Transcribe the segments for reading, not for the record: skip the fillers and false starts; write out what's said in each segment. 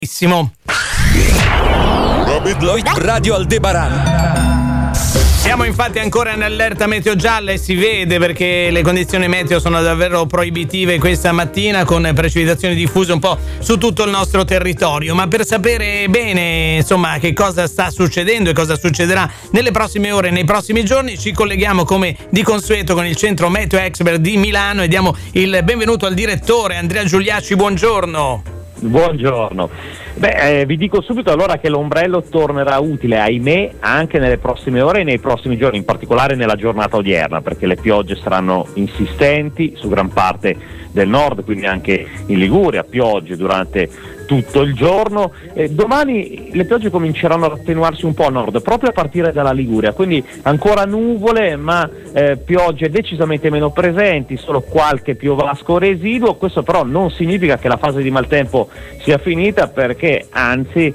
Radio Aldebaran. Siamo infatti ancora in allerta meteo gialla e si vede perché le condizioni meteo sono davvero proibitive questa mattina, con precipitazioni diffuse un po' su tutto il nostro territorio. Ma per sapere bene insomma che cosa sta succedendo e cosa succederà nelle prossime ore e nei prossimi giorni, ci colleghiamo come di consueto con il centro Meteo Expert di Milano e diamo il benvenuto al direttore Andrea Giuliacci. Buongiorno. Buongiorno. Vi dico subito allora che l'ombrello tornerà utile, ahimè, anche nelle prossime ore e nei prossimi giorni, in particolare nella giornata odierna, perché le piogge saranno insistenti su gran parte del nord, quindi anche in Liguria, piogge durante tutto il giorno. Domani le piogge cominceranno ad attenuarsi un po' a nord, proprio a partire dalla Liguria, quindi ancora nuvole, ma piogge decisamente meno presenti, solo qualche piovasco residuo. Questo però non significa che la fase di maltempo sia finita, perché anzi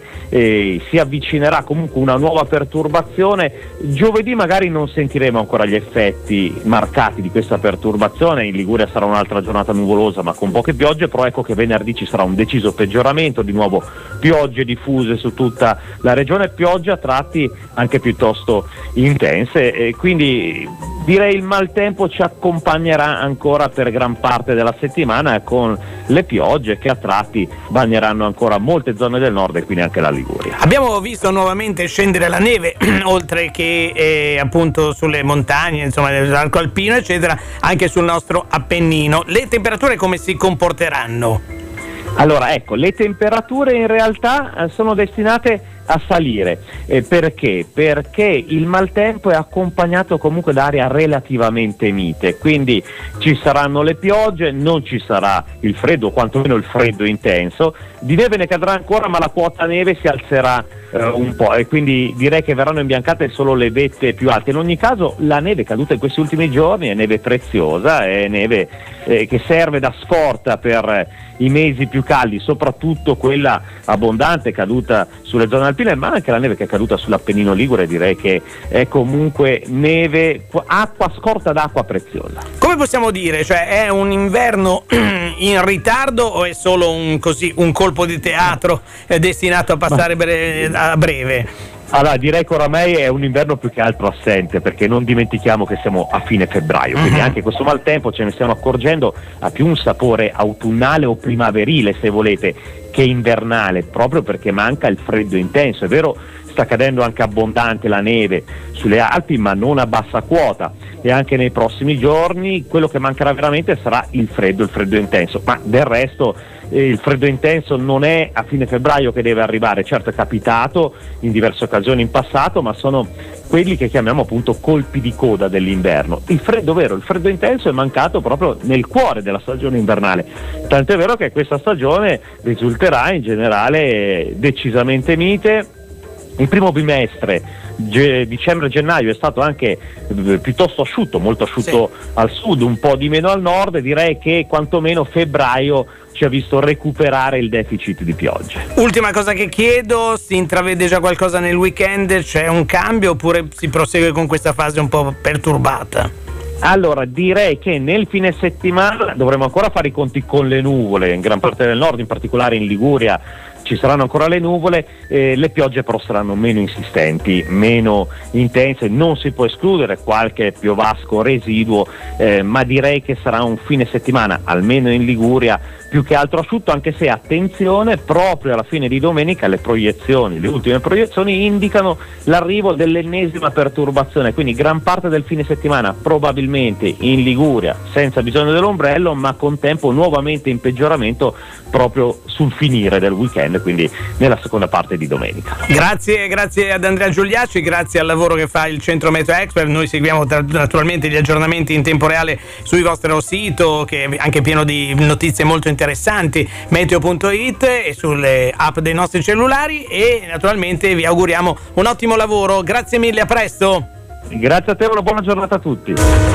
si avvicinerà comunque una nuova perturbazione. Giovedì magari non sentiremo ancora gli effetti marcati di questa perturbazione, in Liguria sarà un'altra giornata nuvolosa ma con poche piogge, però ecco che venerdì ci sarà un deciso peggioramento, di nuovo piogge diffuse su tutta la regione, piogge a tratti anche piuttosto intense, e quindi direi il maltempo ci accompagnerà ancora per gran parte della settimana, con le piogge che a tratti bagneranno ancora molte zone del nord e quindi anche la Liguria. Abbiamo visto nuovamente scendere la neve oltre che appunto sulle montagne, insomma nell'arco alpino eccetera, anche sul nostro Appennino. Le temperature come si comporteranno? Allora ecco, le temperature in realtà sono destinate a salire. Perché? Perché il maltempo è accompagnato comunque da aria relativamente mite, quindi ci saranno le piogge, non ci sarà il freddo, quantomeno il freddo intenso. Di neve ne cadrà ancora, ma la quota neve si alzerà un po', e quindi direi che verranno imbiancate solo le vette più alte. In ogni caso la neve caduta in questi ultimi giorni è neve preziosa, è neve che serve da scorta per i mesi più caldi, soprattutto quella abbondante caduta sulle zone alpine, ma anche la neve che è caduta sull'Appennino ligure. Direi che è comunque neve, acqua, scorta d'acqua preziosa. Come possiamo dire? Cioè è un inverno in ritardo o è solo un colpo di teatro destinato a passare a breve? Allora direi che oramai è un inverno più che altro assente, perché non dimentichiamo che siamo a fine febbraio, quindi anche questo maltempo, ce ne stiamo accorgendo, ha più un sapore autunnale o primaverile se volete che invernale, proprio perché manca il freddo intenso. È vero, sta cadendo anche abbondante la neve sulle Alpi, ma non a bassa quota, e anche nei prossimi giorni quello che mancherà veramente sarà il freddo intenso. Ma del resto il freddo intenso non è a fine febbraio che deve arrivare. Certo, è capitato in diverse occasioni in passato, ma sono quelli che chiamiamo appunto colpi di coda dell'inverno. Il freddo vero, il freddo intenso è mancato proprio nel cuore della stagione invernale, tant'è vero che questa stagione risulterà in generale decisamente mite. Il primo bimestre, dicembre-gennaio, è stato anche piuttosto asciutto, molto asciutto al sud, un po' di meno al nord. Direi che quantomeno febbraio ci ha visto recuperare il deficit di piogge. Ultima cosa che chiedo, si intravede già qualcosa nel weekend? C'è un cambio oppure si prosegue con questa fase un po' perturbata? Allora direi che nel fine settimana dovremo ancora fare i conti con le nuvole in gran parte del nord, in particolare in Liguria ci saranno ancora le nuvole, le piogge però saranno meno insistenti, meno intense. Non si può escludere qualche piovasco residuo, ma direi che sarà un fine settimana, almeno in Liguria, più che altro asciutto, anche se attenzione, proprio alla fine di domenica le ultime proiezioni indicano l'arrivo dell'ennesima perturbazione, quindi gran parte del fine settimana probabilmente in Liguria senza bisogno dell'ombrello, ma con tempo nuovamente in peggioramento proprio sul finire del weekend, quindi nella seconda parte di domenica. Grazie ad Andrea Giuliacci, grazie al lavoro che fa il Centro Meteo Expert. Noi seguiamo naturalmente gli aggiornamenti in tempo reale sul vostro sito, che è anche pieno di notizie molto interessanti, meteo.it, e sulle app dei nostri cellulari, e naturalmente vi auguriamo un ottimo lavoro. Grazie mille, a presto. Grazie a te, una buona giornata a tutti.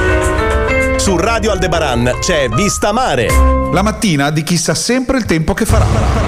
Su Radio Aldebaran c'è Vista Mare, la mattina di chi sa sempre il tempo che farà.